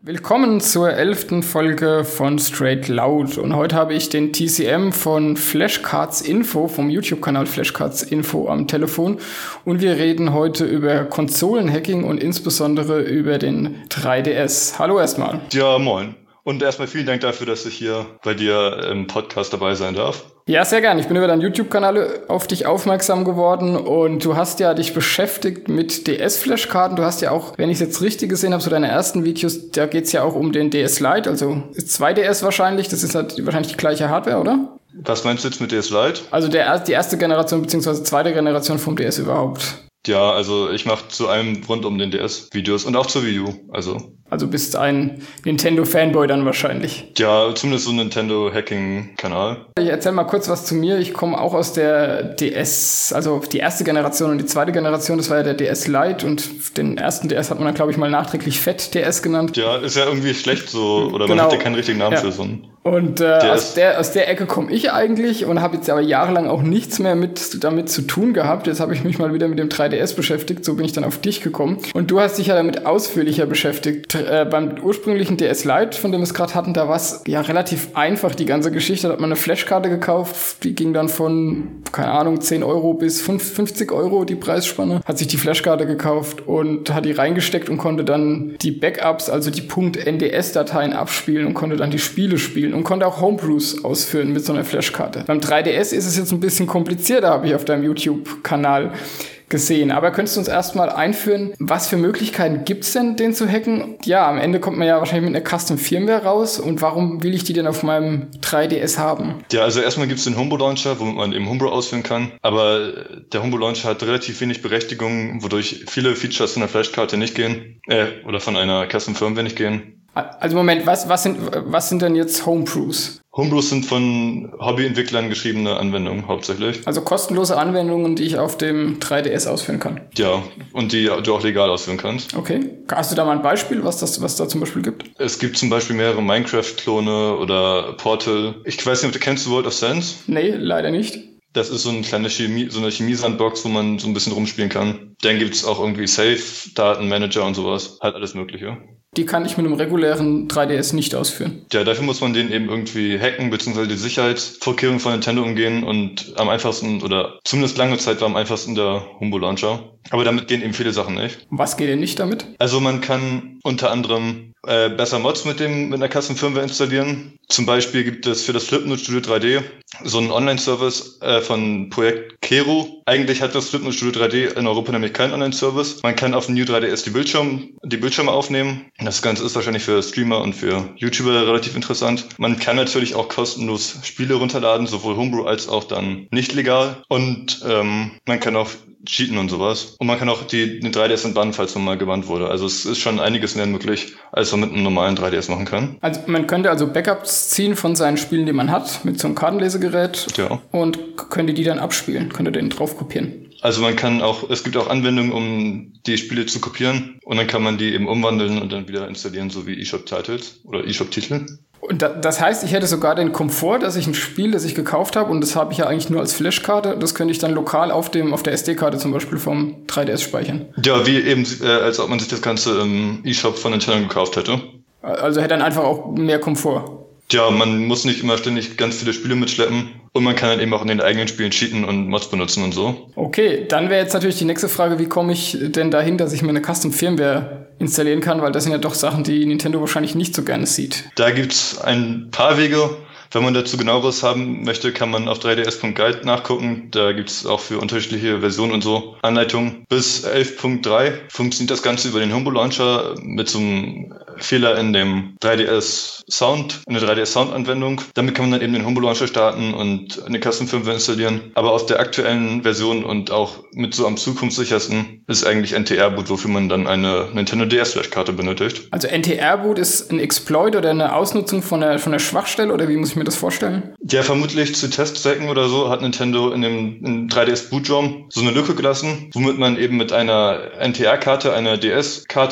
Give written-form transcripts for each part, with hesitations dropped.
Willkommen zur 11. Folge von Straight Loud und heute habe ich den TCM von Flashcards Info, vom YouTube-Kanal Flashcards Info am Telefon und wir reden heute über Konsolenhacking und insbesondere über den 3DS. Hallo erstmal. Ja, moin. Und erstmal vielen Dank dafür, dass ich hier bei dir im Podcast dabei sein darf. Ja, sehr gern. Ich bin über deinen YouTube-Kanal auf dich aufmerksam geworden und du hast ja dich beschäftigt mit DS-Flashkarten. Du hast ja auch, wenn ich es jetzt richtig gesehen habe, so deine ersten Videos, da geht's ja auch um den DS Lite, also 2DS wahrscheinlich. Das ist halt wahrscheinlich die gleiche Hardware, oder? Was meinst du jetzt mit DS Lite? Also die erste Generation bzw. zweite Generation vom DS überhaupt. Ja, also ich mache zu allem rund um den DS Videos und auch zur Wii U, Also bist ein Nintendo-Fanboy dann wahrscheinlich. Ja, zumindest so ein Nintendo-Hacking-Kanal. Ich erzähl mal kurz was zu mir. Ich komme auch aus der DS, also die erste Generation und die zweite Generation, das war ja der DS Lite und den ersten DS hat man dann, glaube ich, mal nachträglich Fett-DS genannt. Ja, ist ja irgendwie schlecht so, oder genau. Man hat ja keinen richtigen Namen für so einen. Und aus der Ecke komme ich eigentlich und habe jetzt aber jahrelang auch nichts mehr damit zu tun gehabt. Jetzt habe ich mich mal wieder mit dem 3DS beschäftigt, so bin ich dann auf dich gekommen. Und du hast dich ja damit ausführlicher beschäftigt. Beim ursprünglichen DS Lite, von dem wir es gerade hatten, da war es ja relativ einfach, die ganze Geschichte. Da hat man eine Flashkarte gekauft, die ging dann von, keine Ahnung, 10 Euro bis 50 Euro die Preisspanne. Hat sich die Flashkarte gekauft und hat die reingesteckt und konnte dann die Backups, also die .nds-Dateien abspielen und konnte dann die Spiele spielen und konnte auch Homebrews ausführen mit so einer Flashkarte. Beim 3DS ist es jetzt ein bisschen komplizierter, habe ich auf deinem YouTube-Kanal gesehen. Aber könntest du uns erstmal einführen, was für Möglichkeiten gibt es denn, den zu hacken? Ja, am Ende kommt man ja wahrscheinlich mit einer Custom-Firmware raus. Und warum will ich die denn auf meinem 3DS haben? Ja, also erstmal gibt es den Homebrew-Launcher, womit man eben Homebrew ausführen kann. Aber der Homebrew-Launcher hat relativ wenig Berechtigung, wodurch viele Features von der Flashkarte nicht gehen. Oder von einer Custom-Firmware nicht gehen. Also Moment, was sind denn jetzt Homebrews? Homebrews sind von Hobbyentwicklern geschriebene Anwendungen hauptsächlich. Also kostenlose Anwendungen, die ich auf dem 3DS ausführen kann. Ja, und die du auch legal ausführen kannst. Okay. Hast du da mal ein Beispiel, was da zum Beispiel gibt? Es gibt zum Beispiel mehrere Minecraft-Klone oder Portal. Ich weiß nicht, kennst du World of Sense? Nee, leider nicht. Das ist so eine kleine Chemie-Sandbox, wo man so ein bisschen rumspielen kann. Dann gibt's auch irgendwie Safe-Datenmanager und sowas. Halt alles Mögliche. Die kann ich mit einem regulären 3DS nicht ausführen. Ja, dafür muss man den eben irgendwie hacken, beziehungsweise die Sicherheitsvorkehrungen von Nintendo umgehen und am einfachsten, oder zumindest lange Zeit war am einfachsten der Homebrew Launcher. Aber damit gehen eben viele Sachen nicht. Was geht denn nicht damit? Also man kann unter anderem besser Mods mit einer Custom-Firmware installieren. Zum Beispiel gibt es für das Flipnote Studio 3D so einen Online-Service von Projekt Kero. Eigentlich hat das Flipnote Studio 3D in Europa nämlich keinen Online-Service. Man kann auf dem New 3DS die Bildschirme aufnehmen. Das Ganze ist wahrscheinlich für Streamer und für YouTuber relativ interessant. Man kann natürlich auch kostenlos Spiele runterladen, sowohl Homebrew als auch dann nicht legal. Und man kann auch cheaten und sowas. Und man kann auch den 3DS entbannen, falls man mal gebannt wurde. Also es ist schon einiges mehr möglich, als man mit einem normalen 3DS machen kann. Also man könnte also Backups ziehen von seinen Spielen, die man hat, mit so einem Kartenlesegerät. Ja. Und könnte die dann abspielen, könnte den drauf kopieren. Also es gibt auch Anwendungen, um die Spiele zu kopieren. Und dann kann man die eben umwandeln und dann wieder installieren, so wie eShop-Titles oder eShop-Titel. Und das heißt, ich hätte sogar den Komfort, dass ich ein Spiel, das ich gekauft habe, und das habe ich ja eigentlich nur als Flashkarte, das könnte ich dann lokal auf der SD-Karte zum Beispiel vom 3DS speichern. Ja, wie eben, als ob man sich das Ganze im eShop von Nintendo gekauft hätte. Also hätte dann einfach auch mehr Komfort. Ja, man muss nicht immer ständig ganz viele Spiele mitschleppen und man kann dann eben auch in den eigenen Spielen cheaten und Mods benutzen und so. Okay, dann wäre jetzt natürlich die nächste Frage, wie komme ich denn dahin, dass ich mir eine Custom-Firmware installieren kann, weil das sind ja doch Sachen, die Nintendo wahrscheinlich nicht so gerne sieht. Da gibt's ein paar Wege. Wenn man dazu genaueres haben möchte, kann man auf 3ds.guide nachgucken. Da gibt's auch für unterschiedliche Versionen und so Anleitungen. Bis 11.3 funktioniert das Ganze über den Homebrew Launcher mit so einem Fehler in dem 3DS Sound, in der 3DS Sound Anwendung. Damit kann man dann eben den Homebrew Launcher starten und eine Custom Firmware installieren. Aber aus der aktuellen Version und auch mit so am zukunftssichersten ist eigentlich NTR-Boot, wofür man dann eine Nintendo DS-Flashkarte benötigt. Also NTR-Boot ist ein Exploit oder eine Ausnutzung von der Schwachstelle oder wie muss ich mir das vorstellen? Ja, vermutlich zu Testzwecken oder so hat Nintendo in dem 3DS Boot ROM so eine Lücke gelassen, womit man eben mit einer NTR-Karte, einer DS-Karte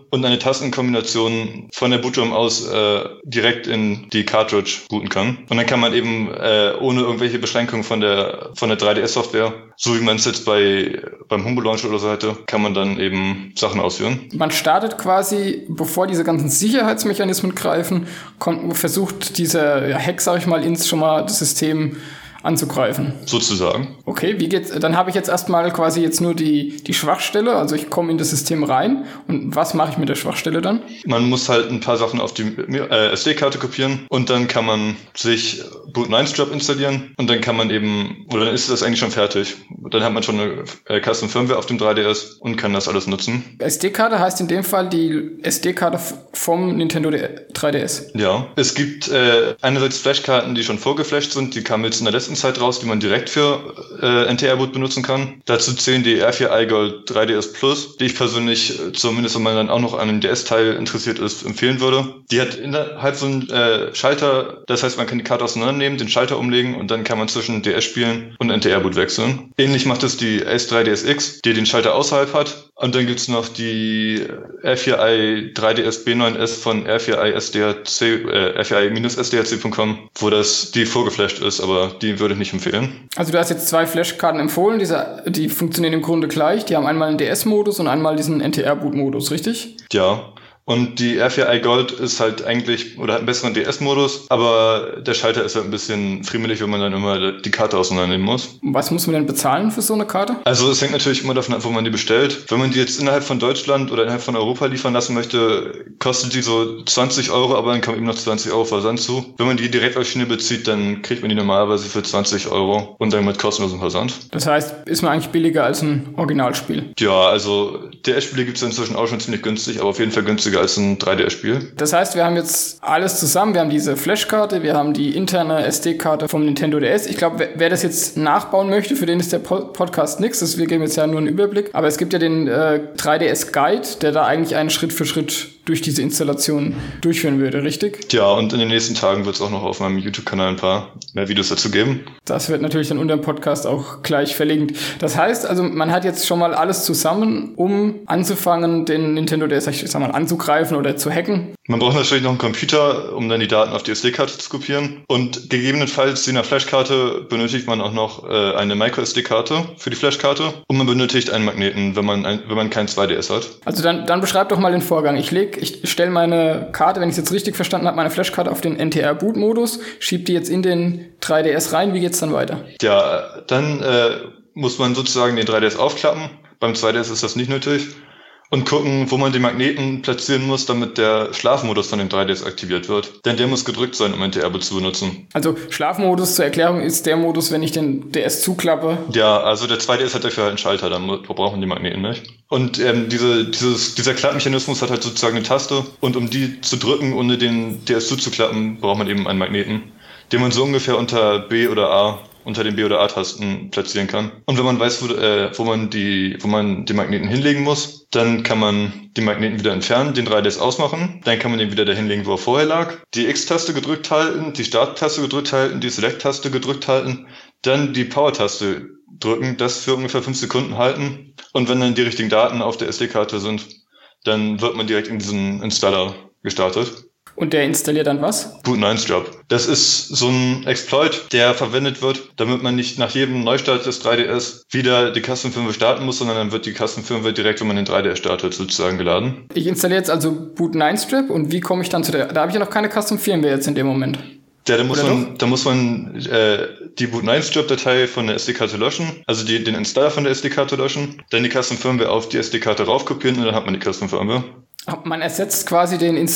und eine Tastenkombination von der Bootroom aus direkt in die Cartridge booten kann. Und dann kann man eben ohne irgendwelche Beschränkungen von der 3DS-Software, so wie man es jetzt beim Humble Launcher oder so hatte, kann man dann eben Sachen ausführen. Man startet quasi, bevor diese ganzen Sicherheitsmechanismen greifen, versucht dieser Hack, sag ich mal, schon mal das System anzugreifen. Sozusagen. Okay, wie geht's? Dann habe ich jetzt erstmal quasi jetzt nur die Schwachstelle, also ich komme in das System rein und was mache ich mit der Schwachstelle dann? Man muss halt ein paar Sachen auf die SD-Karte kopieren und dann kann man sich Boot9Strap installieren und dann kann man eben, oder dann ist das eigentlich schon fertig. Dann hat man schon eine Custom Firmware auf dem 3DS und kann das alles nutzen. SD-Karte heißt in dem Fall die SD-Karte vom Nintendo 3DS. Ja, es gibt einerseits Flashkarten, die schon vorgeflasht sind, die kamen jetzt in der letzten Zeit raus, die man direkt für NTR-Boot benutzen kann. Dazu zählen die R4 iGold 3DS Plus, die ich persönlich, zumindest wenn man dann auch noch an einem DS-Teil interessiert ist, empfehlen würde. Die hat innerhalb so einen Schalter, das heißt, man kann die Karte auseinandernehmen, den Schalter umlegen und dann kann man zwischen DS spielen und NTR-Boot wechseln. Ähnlich macht es die Ace 3DSX, die den Schalter außerhalb hat. Und dann gibt's noch die R4i 3DS B9S von R4i-SDHC.com, wo die vorgeflasht ist, aber die würde ich nicht empfehlen. Also du hast jetzt 2 Flashkarten empfohlen, die funktionieren im Grunde gleich. Die haben einmal einen DS-Modus und einmal diesen NTR-Boot-Modus, richtig? Ja. Und die R4 iGold ist halt eigentlich, oder hat einen besseren DS-Modus, aber der Schalter ist halt ein bisschen friemelig, wenn man dann immer die Karte auseinandernehmen muss. Was muss man denn bezahlen für so eine Karte? Also es hängt natürlich immer davon ab, wo man die bestellt. Wenn man die jetzt innerhalb von Deutschland oder innerhalb von Europa liefern lassen möchte, kostet die so 20 €, aber dann kommt eben noch 20 € Versand zu. Wenn man die direkt aus China bezieht, dann kriegt man die normalerweise für 20 € und dann mit kostenlosem Versand. Das heißt, ist man eigentlich billiger als ein Originalspiel? Ja, also DS-Spiele gibt es inzwischen auch schon ziemlich günstig, aber auf jeden Fall günstiger als ein 3DS-Spiel. Das heißt, wir haben jetzt alles zusammen. Wir haben diese Flashkarte, wir haben die interne SD-Karte vom Nintendo DS. Ich glaube, wer das jetzt nachbauen möchte, für den ist der Podcast nichts. Wir geben jetzt ja nur einen Überblick. Aber es gibt ja den 3DS-Guide, der da eigentlich einen Schritt für Schritt durch diese Installation durchführen würde, richtig? Ja, und in den nächsten Tagen wird es auch noch auf meinem YouTube-Kanal ein paar mehr Videos dazu geben. Das wird natürlich dann unter dem Podcast auch gleich verlinkt. Das heißt, also man hat jetzt schon mal alles zusammen, um anzufangen, den Nintendo DS, ich sag mal, anzugreifen oder zu hacken. Man braucht natürlich noch einen Computer, um dann die Daten auf die SD-Karte zu kopieren. Und gegebenenfalls in der Flashkarte benötigt man auch noch eine Micro-SD-Karte für die Flashkarte. Und man benötigt einen Magneten, wenn man kein 2DS hat. Also dann beschreib doch mal den Vorgang. Ich stelle meine Karte, wenn ich es jetzt richtig verstanden habe, meine Flashkarte auf den NTR-Boot-Modus, schiebe die jetzt in den 3DS rein. Wie geht's dann weiter? Ja, dann muss man sozusagen den 3DS aufklappen. Beim 2DS ist das nicht nötig. Und gucken, wo man die Magneten platzieren muss, damit der Schlafmodus von dem 3DS aktiviert wird. Denn der muss gedrückt sein, um NTR-Boot zu benutzen. Also Schlafmodus zur Erklärung ist der Modus, wenn ich den DS zuklappe. Ja, also der 2DS hat dafür halt einen Schalter, dann brauchen die Magneten nicht. Und dieser Klappmechanismus hat halt sozusagen eine Taste. Und um die zu drücken, ohne den DS zuzuklappen, braucht man eben einen Magneten, den man so ungefähr unter den B- oder A-Tasten platzieren kann. Und wenn man weiß, wo man die Magneten hinlegen muss, dann kann man die Magneten wieder entfernen, den 3DS ausmachen, dann kann man den wieder dahin legen, wo er vorher lag, die X-Taste gedrückt halten, die Start-Taste gedrückt halten, die Select-Taste gedrückt halten, dann die Power-Taste drücken, das für ungefähr 5 Sekunden halten und wenn dann die richtigen Daten auf der SD-Karte sind, dann wird man direkt in diesen Installer gestartet. Und der installiert dann was? Boot9Strap. Das ist so ein Exploit, der verwendet wird, damit man nicht nach jedem Neustart des 3DS wieder die Custom Firmware starten muss, sondern dann wird die Custom Firmware direkt, wenn man den 3DS startet, sozusagen geladen. Ich installiere jetzt also Boot9Strap und wie komme ich dann da habe ich ja noch keine Custom Firmware jetzt in dem Moment. Ja, da muss man die Boot9Strap-Datei von der SD-Karte löschen, also den Installer von der SD-Karte löschen, dann die Custom Firmware auf die SD-Karte raufkopieren und dann hat man die Custom Firmware. Man ersetzt quasi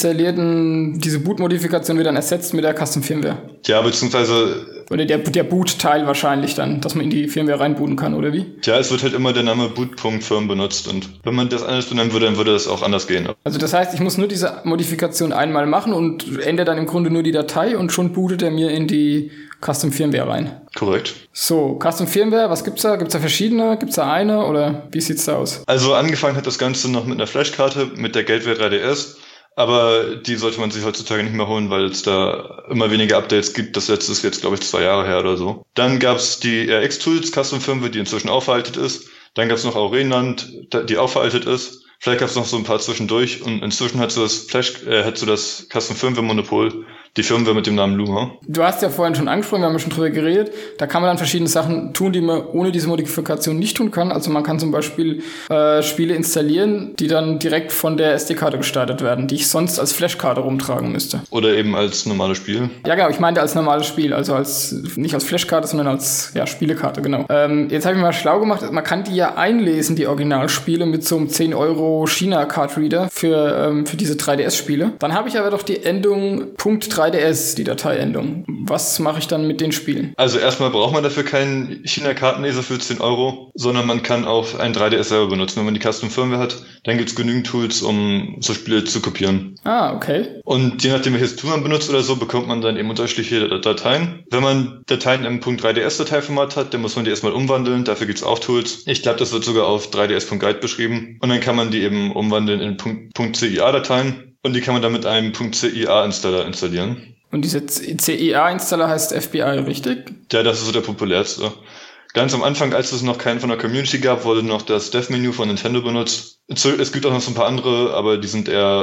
diese Boot-Modifikation wird dann ersetzt mit der Custom Firmware. Ja, beziehungsweise... Oder der Boot-Teil wahrscheinlich dann, dass man in die Firmware reinbooten kann, oder wie? Ja, es wird halt immer der Name boot.firm benutzt und wenn man das anders benennen würde, dann würde das auch anders gehen. Also das heißt, ich muss nur diese Modifikation einmal machen und ändere dann im Grunde nur die Datei und schon bootet er mir in die Custom Firmware rein. Korrekt. So, Custom Firmware, was gibt's da? Gibt's da verschiedene? Gibt's da eine? Oder wie sieht's da aus? Also angefangen hat das Ganze noch mit einer Flashkarte, mit der Gateway 3DS. Aber die sollte man sich heutzutage nicht mehr holen, weil es da immer weniger Updates gibt. Das letzte ist jetzt, glaube ich, 2 Jahre her oder so. Dann gab's die RX Tools Custom Firmware, die inzwischen aufveraltet ist. Dann gab's noch Aurenland, die aufveraltet ist. Vielleicht gab es noch so ein paar zwischendurch und inzwischen hat so das Custom Firmware Monopol die Firmware mit dem Namen Luma. Du hast ja vorhin schon angesprochen, wir haben schon drüber geredet, da kann man dann verschiedene Sachen tun, die man ohne diese Modifikation nicht tun kann. Also man kann zum Beispiel Spiele installieren, die dann direkt von der SD-Karte gestartet werden, die ich sonst als Flashkarte rumtragen müsste. Oder eben als normales Spiel. Ja genau, ich meinte als normales Spiel, also nicht als Flashkarte, sondern als Spielekarte, genau. Jetzt habe ich mal schlau gemacht, man kann die ja einlesen, die Originalspiele, mit so einem 10 € China-Card-Reader für diese 3DS-Spiele. Dann habe ich aber doch die Endung .3DS, die Dateiendung. Was mache ich dann mit den Spielen? Also erstmal braucht man dafür keinen China-Kartenleser für 10 €, sondern man kann auch ein 3DS selber benutzen. Wenn man die Custom Firmware hat, dann gibt es genügend Tools, um so Spiele zu kopieren. Ah, okay. Und je nachdem, welches Tool man benutzt oder so, bekommt man dann eben unterschiedliche Dateien. Wenn man Dateien im .3DS-Dateiformat hat, dann muss man die erstmal umwandeln. Dafür gibt es auch Tools. Ich glaube, das wird sogar auf 3ds.guide beschrieben. Und dann kann man die eben umwandeln in .cia-Dateien. Und die kann man dann mit einem .cia-Installer installieren. Und dieser CIA-Installer heißt FBI, richtig? Ja, das ist so der populärste. Ganz am Anfang, als es noch keinen von der Community gab, wurde noch das Dev-Menü von Nintendo benutzt. Es gibt auch noch so ein paar andere, aber die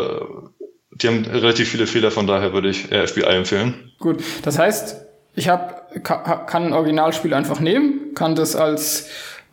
haben relativ viele Fehler, von daher würde ich eher FBI empfehlen. Gut, das heißt, ich kann ein Originalspiel einfach nehmen, kann das als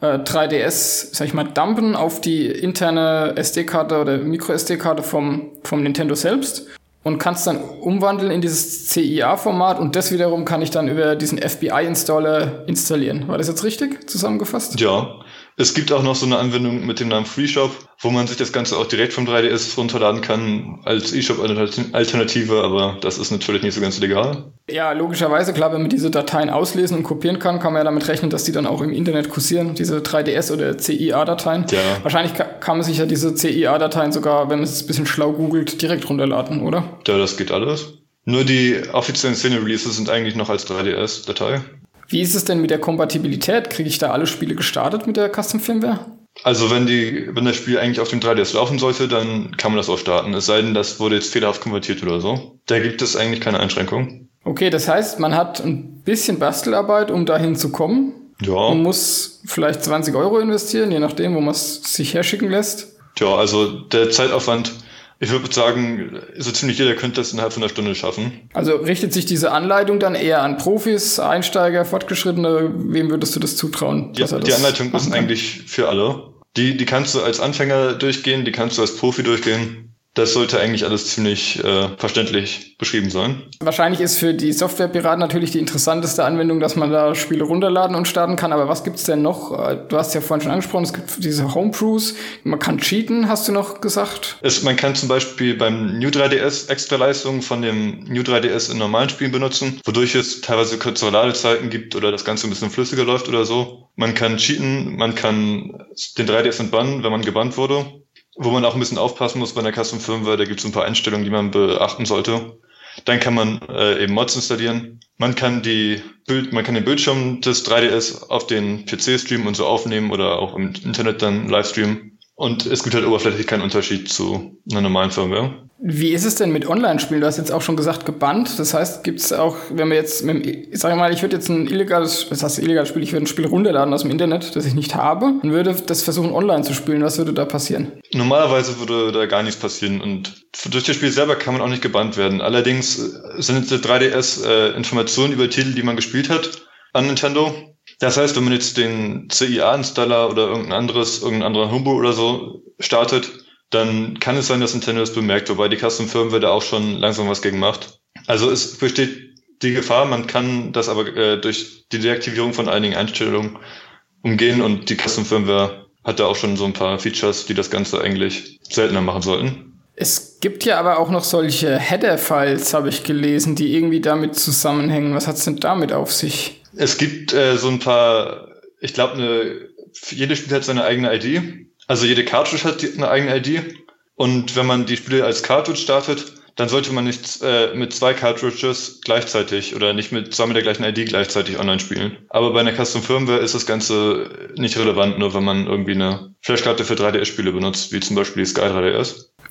3DS, sag ich mal, dumpen auf die interne SD-Karte oder Micro-SD-Karte vom Nintendo selbst und kann es dann umwandeln in dieses CIA-Format und das wiederum kann ich dann über diesen FBI-Installer installieren. War das jetzt richtig zusammengefasst? Ja. Es gibt auch noch so eine Anwendung mit dem Namen FreeShop, wo man sich das Ganze auch direkt vom 3DS runterladen kann als eShop-Alternative, aber das ist natürlich nicht so ganz legal. Ja, logischerweise, klar, wenn man diese Dateien auslesen und kopieren kann man ja damit rechnen, dass die dann auch im Internet kursieren, diese 3DS- oder CIA-Dateien. Ja. Wahrscheinlich kann man sich ja diese CIA-Dateien sogar, wenn man es ein bisschen schlau googelt, direkt runterladen, oder? Ja, das geht alles. Nur die offiziellen Szene-Releases sind eigentlich noch als 3DS-Datei. Wie ist es denn mit der Kompatibilität? Kriege ich da alle Spiele gestartet mit der Custom Firmware? Also wenn das Spiel eigentlich auf dem 3DS laufen sollte, dann kann man das auch starten. Es sei denn, das wurde jetzt fehlerhaft konvertiert oder so. Da gibt es eigentlich keine Einschränkung. Okay, das heißt, man hat ein bisschen Bastelarbeit, um dahin zu kommen. Ja. Man muss vielleicht 20 € investieren, je nachdem, wo man es sich herschicken lässt. Ja, also der Zeitaufwand, ich würde sagen, so ziemlich jeder könnte das innerhalb von einer Stunde schaffen. Also richtet sich diese Anleitung dann eher an Profis, Einsteiger, Fortgeschrittene? Wem würdest du das zutrauen? Ja, die Anleitung ist eigentlich für alle. Die kannst du als Anfänger durchgehen, die kannst du als Profi durchgehen. Das sollte eigentlich alles ziemlich verständlich beschrieben sein. Wahrscheinlich ist für die Softwarepiraten natürlich die interessanteste Anwendung, dass man da Spiele runterladen und starten kann. Aber was gibt's denn noch? Du hast ja vorhin schon angesprochen, es gibt diese Homebrews. Man kann cheaten, hast du noch gesagt? Man kann zum Beispiel beim New 3DS extra Leistungen von dem New 3DS in normalen Spielen benutzen, wodurch es teilweise kürzere Ladezeiten gibt oder das Ganze ein bisschen flüssiger läuft oder so. Man kann cheaten, man kann den 3DS entbannen, wenn man gebannt wurde. Wo man auch ein bisschen aufpassen muss bei der Custom Firmware, da gibt es ein paar Einstellungen, die man beachten sollte. Dann kann man eben Mods installieren. Man kann den Bildschirm des 3DS auf den PC streamen und so aufnehmen oder auch im Internet dann live streamen. Und es gibt halt oberflächlich keinen Unterschied zu einer normalen Firmware. Wie ist es denn mit Online-Spielen? Du hast jetzt auch schon gesagt, gebannt. Das heißt, gibt es auch, wenn wir jetzt, sag ich mal, ich würde jetzt ein illegales Spiel, ich würde ein Spiel runterladen aus dem Internet, das ich nicht habe, und würde das versuchen online zu spielen. Was würde da passieren? Normalerweise würde da gar nichts passieren und durch das Spiel selber kann man auch nicht gebannt werden. Allerdings sind der 3DS Informationen über Titel, die man gespielt hat, an Nintendo. Das heißt, wenn man jetzt den CIA-Installer oder irgendeinen anderen Homebrew oder so startet, dann kann es sein, dass Nintendo das bemerkt, wobei die Custom Firmware da auch schon langsam was gegen macht. Also es besteht die Gefahr, man kann das aber durch die Deaktivierung von einigen Einstellungen umgehen und die Custom Firmware hat da auch schon so ein paar Features, die das Ganze eigentlich seltener machen sollten. Es gibt ja aber auch noch solche Header-Files, habe ich gelesen, die irgendwie damit zusammenhängen. Was hat's denn damit auf sich? Es gibt so ein paar, ich glaube, jedes Spiel hat seine eigene ID. Also jede Cartridge hat eine eigene ID und wenn man die Spiele als Cartridge startet, dann sollte man nicht mit 2 Cartridges gleichzeitig oder nicht mit 2 mit der gleichen ID gleichzeitig online spielen. Aber bei einer Custom Firmware ist das Ganze nicht relevant, nur wenn man irgendwie eine Flashkarte für 3DS-Spiele benutzt, wie zum Beispiel die Sky 3DS.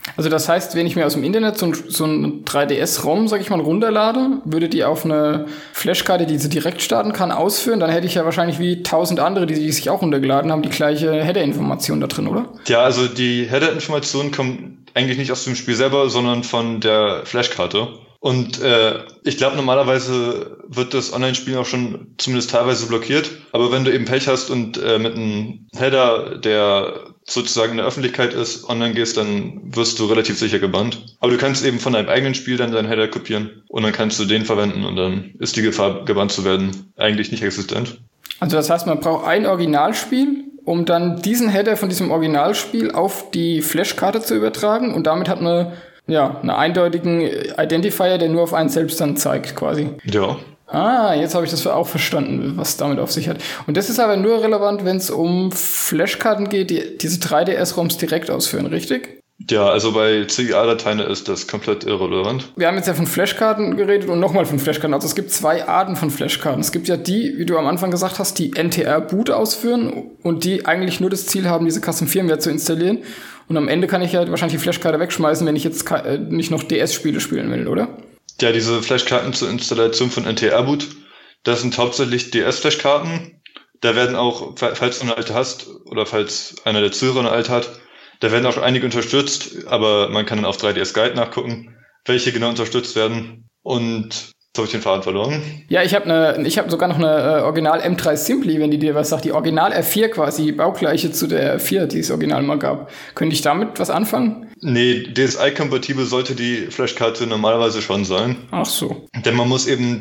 Also das heißt, wenn ich mir aus dem Internet so ein 3DS-ROM, sag ich mal, runterlade, würde die auf eine Flashkarte, die sie direkt starten kann, ausführen, dann hätte ich ja wahrscheinlich wie 1000 andere, die sich auch runtergeladen haben, die gleiche Header-Information da drin, oder? Ja, also die Header-Information kommt eigentlich nicht aus dem Spiel selber, sondern von der Flashkarte. Und ich glaube, normalerweise wird das Online-Spiel auch schon zumindest teilweise blockiert. Aber wenn du eben Pech hast und mit einem Header, der sozusagen in der Öffentlichkeit ist, online gehst, dann wirst du relativ sicher gebannt. Aber du kannst eben von deinem eigenen Spiel dann deinen Header kopieren und dann kannst du den verwenden und dann ist die Gefahr, gebannt zu werden, eigentlich nicht existent. Also das heißt, man braucht ein Originalspiel, um dann diesen Header von diesem Originalspiel auf die Flashkarte zu übertragen und damit hat man einen eindeutigen Identifier, der nur auf einen selbst dann zeigt, quasi. Ja. Ah, jetzt habe ich das auch verstanden, was damit auf sich hat. Und das ist aber nur relevant, wenn es um Flashkarten geht, die diese 3DS-ROMs direkt ausführen, richtig? Ja, also bei CGA-Dateien ist das komplett irrelevant. Wir haben jetzt ja von Flashkarten geredet und nochmal von Flashkarten. Also es gibt zwei Arten von Flashkarten. Es gibt ja die, wie du am Anfang gesagt hast, die NTR-Boot ausführen und die eigentlich nur das Ziel haben, diese Custom-Firmware zu installieren. Und am Ende kann ich ja wahrscheinlich die Flashkarte wegschmeißen, wenn ich jetzt nicht noch DS-Spiele spielen will, oder? Ja, diese Flashkarten zur Installation von NTR-Boot, das sind hauptsächlich DS-Flashkarten. Da werden auch, falls du eine alte hast oder falls einer der Zuhörer eine alte hat, da werden auch einige unterstützt, aber man kann dann auf 3DS Guide nachgucken, welche genau unterstützt werden. Und jetzt habe ich den Faden verloren. Ja, ich hab sogar noch eine Original M3 Simply, wenn die dir was sagt. Die Original R4 quasi, baugleiche zu der R4, die es original mal gab. Könnte ich damit was anfangen? Nee, DSi-kompatibel sollte die Flashkarte normalerweise schon sein. Ach so. Denn man muss eben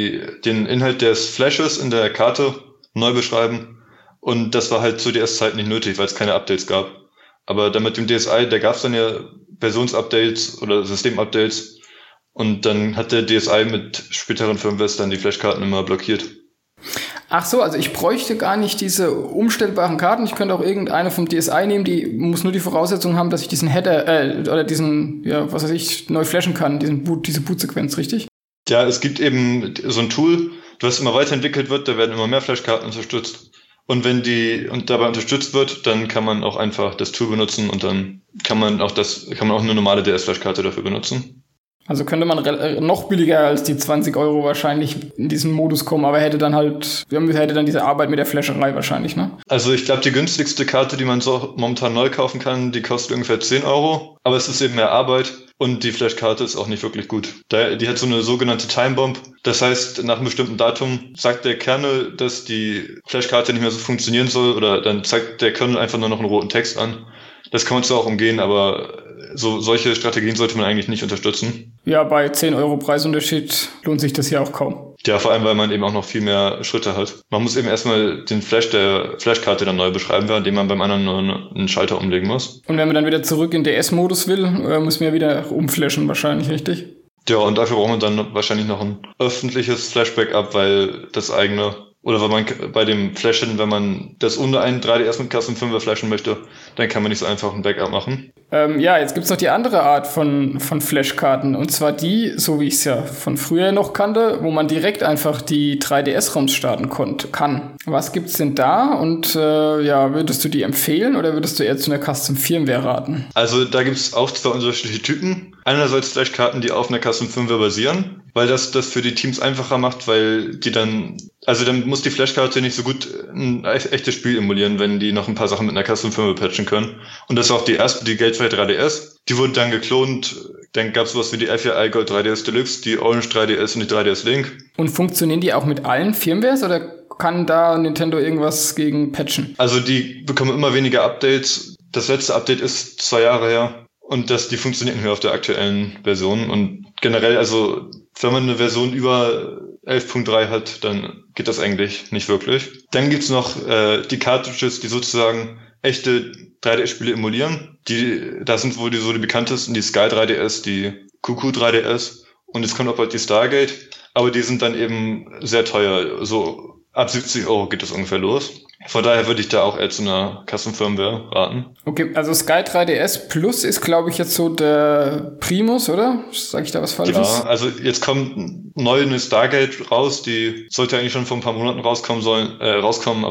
den Inhalt des Flashes in der Karte neu beschreiben. Und das war halt zu DS-Zeiten nicht nötig, weil es keine Updates gab. Aber dann mit dem DSi, da gab es dann ja Versionsupdates oder Systemupdates. Und dann hat der DSi mit späteren Firmwares dann die Flashkarten immer blockiert. Ach so, also ich bräuchte gar nicht diese umstellbaren Karten. Ich könnte auch irgendeine vom DSi nehmen, die muss nur die Voraussetzung haben, dass ich diesen Header, oder diesen, neu flashen kann, diese Bootsequenz, richtig? Ja, es gibt eben so ein Tool, das immer weiterentwickelt wird, da werden immer mehr Flashkarten unterstützt. Und wenn und dabei unterstützt wird, dann kann man auch einfach das Tool benutzen und dann kann man auch eine normale DS-Flashkarte dafür benutzen. Also könnte man noch billiger als die 20 € wahrscheinlich in diesen Modus kommen, aber hätte dann diese Arbeit mit der Flasherei wahrscheinlich, ne? Also ich glaube, die günstigste Karte, die man so momentan neu kaufen kann, die kostet ungefähr 10 €. Aber es ist eben mehr Arbeit und die Flashkarte ist auch nicht wirklich gut. Die hat so eine sogenannte Timebomb. Das heißt, nach einem bestimmten Datum sagt der Kernel, dass die Flashkarte nicht mehr so funktionieren soll oder dann zeigt der Kernel einfach nur noch einen roten Text an. Das kann man zwar auch umgehen, aber solche Strategien sollte man eigentlich nicht unterstützen. Ja, bei 10 € Preisunterschied lohnt sich das ja auch kaum. Ja, vor allem, weil man eben auch noch viel mehr Schritte hat. Man muss eben erstmal den Flash der Flashkarte dann neu beschreiben, während man beim anderen nur einen Schalter umlegen muss. Und wenn man dann wieder zurück in DS-Modus will, muss man ja wieder umflashen wahrscheinlich, richtig? Ja, und dafür braucht man dann wahrscheinlich noch ein öffentliches Flash-Backup, weil das eigene... Oder wenn man bei dem Flashen, wenn man das ohne einen 3DS mit Custom 5er flashen möchte, dann kann man nicht so einfach ein Backup machen. Jetzt gibt's noch die andere Art von Flashkarten. Und zwar die, so wie ich es ja von früher noch kannte, wo man direkt einfach die 3DS-ROMs starten kann. Was gibt's denn da? Und würdest du die empfehlen oder würdest du eher zu einer Custom Firmware raten? Also da gibt's auch zwei unterschiedliche Typen. Einerseits Flashkarten, die auf einer Custom Firmware basieren, weil das für die Teams einfacher macht, weil dann muss die Flashkarte nicht so gut ein echtes Spiel emulieren, wenn die noch ein paar Sachen mit einer Custom Firmware patchen können. Und das war auch die erste, die Gateway 3DS. Die wurde dann geklont. Dann gab es sowas wie die FAI Gold 3DS Deluxe, die Orange 3DS und die 3DS Link. Und funktionieren die auch mit allen Firmwares oder kann da Nintendo irgendwas gegen patchen? Also die bekommen immer weniger Updates. Das letzte Update ist 2 Jahre her. Und die funktioniert nicht mehr auf der aktuellen Version. Und generell, also wenn man eine Version über 11.3 hat, dann geht das eigentlich nicht wirklich. Dann gibt's noch die Cartridges, die sozusagen echte 3DS-Spiele emulieren. Da sind wohl die bekanntesten, die Sky 3DS, die QQ 3DS und jetzt kommt auch bald die Stargate. Aber die sind dann eben sehr teuer. So ab 70 € geht das ungefähr los. Von daher würde ich da auch eher zu einer Custom Firmware raten. Okay, also Sky 3DS Plus ist, glaube ich, jetzt so der Primus, oder? Sag ich da was Falsches? Ja, also jetzt kommt neu eine Stargate raus, die sollte eigentlich schon vor ein paar Monaten rauskommen, aber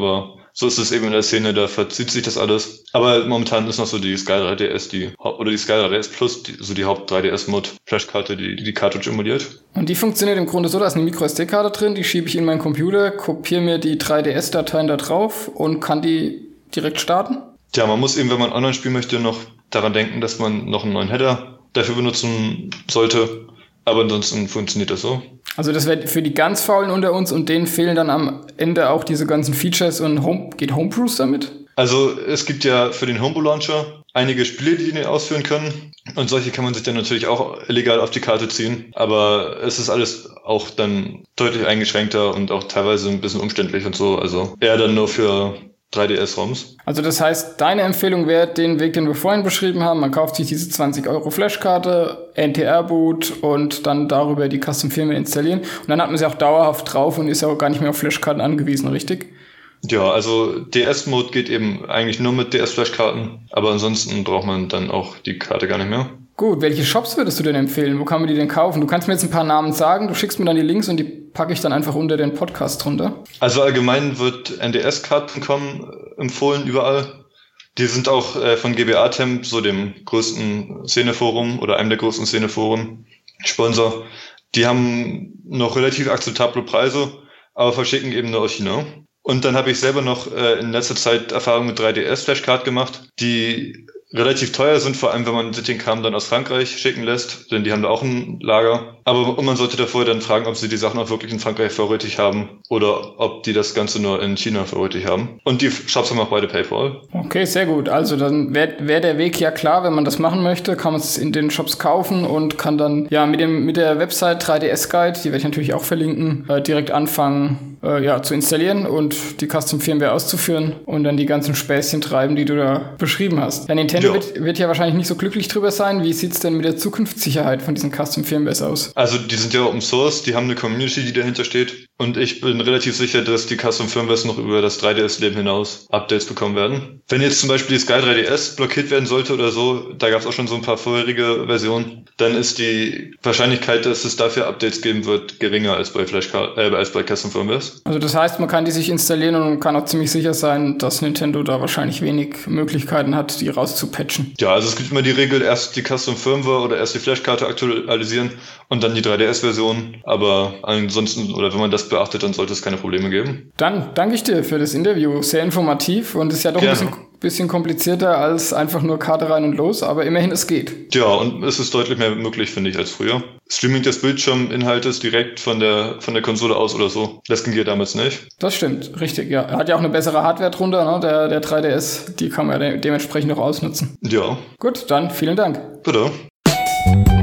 so ist es eben in der Szene, da verzieht sich das alles. Aber momentan ist noch so die Sky 3DS, die Sky 3DS Plus, die Haupt-3DS-Mod-Flashkarte, die Cartridge emuliert. Und die funktioniert im Grunde so, da ist eine Micro-SD-Karte drin, die schiebe ich in meinen Computer, kopiere mir die 3DS-Dateien da drauf und kann die direkt starten? Ja, man muss eben, wenn man online spielen möchte, noch daran denken, dass man noch einen neuen Header dafür benutzen sollte. Aber ansonsten funktioniert das so. Also das wäre für die ganz Faulen unter uns und denen fehlen dann am Ende auch diese ganzen Features und geht Homebrews damit? Also es gibt ja für den Homebrew Launcher einige Spiele, die den ausführen können. Und solche kann man sich dann natürlich auch illegal auf die Karte ziehen. Aber es ist alles auch dann deutlich eingeschränkter und auch teilweise ein bisschen umständlich und so. Also eher dann nur für 3DS-ROMs. Also das heißt, deine Empfehlung wäre den Weg, den wir vorhin beschrieben haben. Man kauft sich diese 20 € Flashkarte, NTR-Boot und dann darüber die Custom-Firmware installieren. Und dann hat man sie auch dauerhaft drauf und ist ja auch gar nicht mehr auf Flashkarten angewiesen, richtig? Ja, also DS-Mode geht eben eigentlich nur mit DS-Flashkarten, aber ansonsten braucht man dann auch die Karte gar nicht mehr. Gut, welche Shops würdest du denn empfehlen? Wo kann man die denn kaufen? Du kannst mir jetzt ein paar Namen sagen, du schickst mir dann die Links und die packe ich dann einfach unter den Podcast drunter. Also allgemein wird ndscard.com empfohlen überall. Die sind auch von GBA-Temp, so dem größten Szeneforum oder einem der größten Szeneforen, Sponsor. Die haben noch relativ akzeptable Preise, aber verschicken eben nur aus China. Und dann habe ich selber noch in letzter Zeit Erfahrung mit 3DS-Flashcard gemacht, die relativ teuer sind, vor allem wenn man sich den Kram dann aus Frankreich schicken lässt, denn die haben da auch ein Lager. Aber man sollte davor dann fragen, ob sie die Sachen auch wirklich in Frankreich vorrätig haben oder ob die das Ganze nur in China vorrätig haben. Und die Shops haben auch beide PayPal. Okay, sehr gut. Also dann wäre der Weg ja klar, wenn man das machen möchte, kann man es in den Shops kaufen und kann dann ja mit der Website 3DS Guide, die werde ich natürlich auch verlinken, direkt anfangen zu installieren und die Custom-Firmware auszuführen und dann die ganzen Späßchen treiben, die du da beschrieben hast. Ja, Nintendo wird ja wahrscheinlich nicht so glücklich drüber sein. Wie sieht's denn mit der Zukunftssicherheit von diesen Custom-Firmwares aus? Also die sind ja Open Source, die haben eine Community, die dahinter steht. Und ich bin relativ sicher, dass die Custom-Firmwares noch über das 3DS-Leben hinaus Updates bekommen werden. Wenn jetzt zum Beispiel die Sky 3DS blockiert werden sollte oder so, da gab es auch schon so ein paar vorherige Versionen, dann ist die Wahrscheinlichkeit, dass es dafür Updates geben wird, geringer als bei Custom-Firmwares. Also das heißt, man kann die sich installieren und kann auch ziemlich sicher sein, dass Nintendo da wahrscheinlich wenig Möglichkeiten hat, die rauszupatchen. Ja, also es gibt immer die Regel, erst die Custom-Firmware oder erst die Flashkarte aktualisieren und dann die 3DS-Version. Aber ansonsten, oder wenn man das beachtet, dann sollte es keine Probleme geben. Dann danke ich dir für das Interview. Sehr informativ und ist ja doch ein bisschen komplizierter als einfach nur Karte rein und los, aber immerhin, es geht. Ja, und es ist deutlich mehr möglich, finde ich, als früher. Streaming des Bildschirminhaltes direkt von der Konsole aus oder so, das ging ja damals nicht. Das stimmt, richtig, ja. Er hat ja auch eine bessere Hardware drunter, ne? Der 3DS, die kann man ja dementsprechend noch ausnutzen. Ja. Gut, dann vielen Dank. Bitte.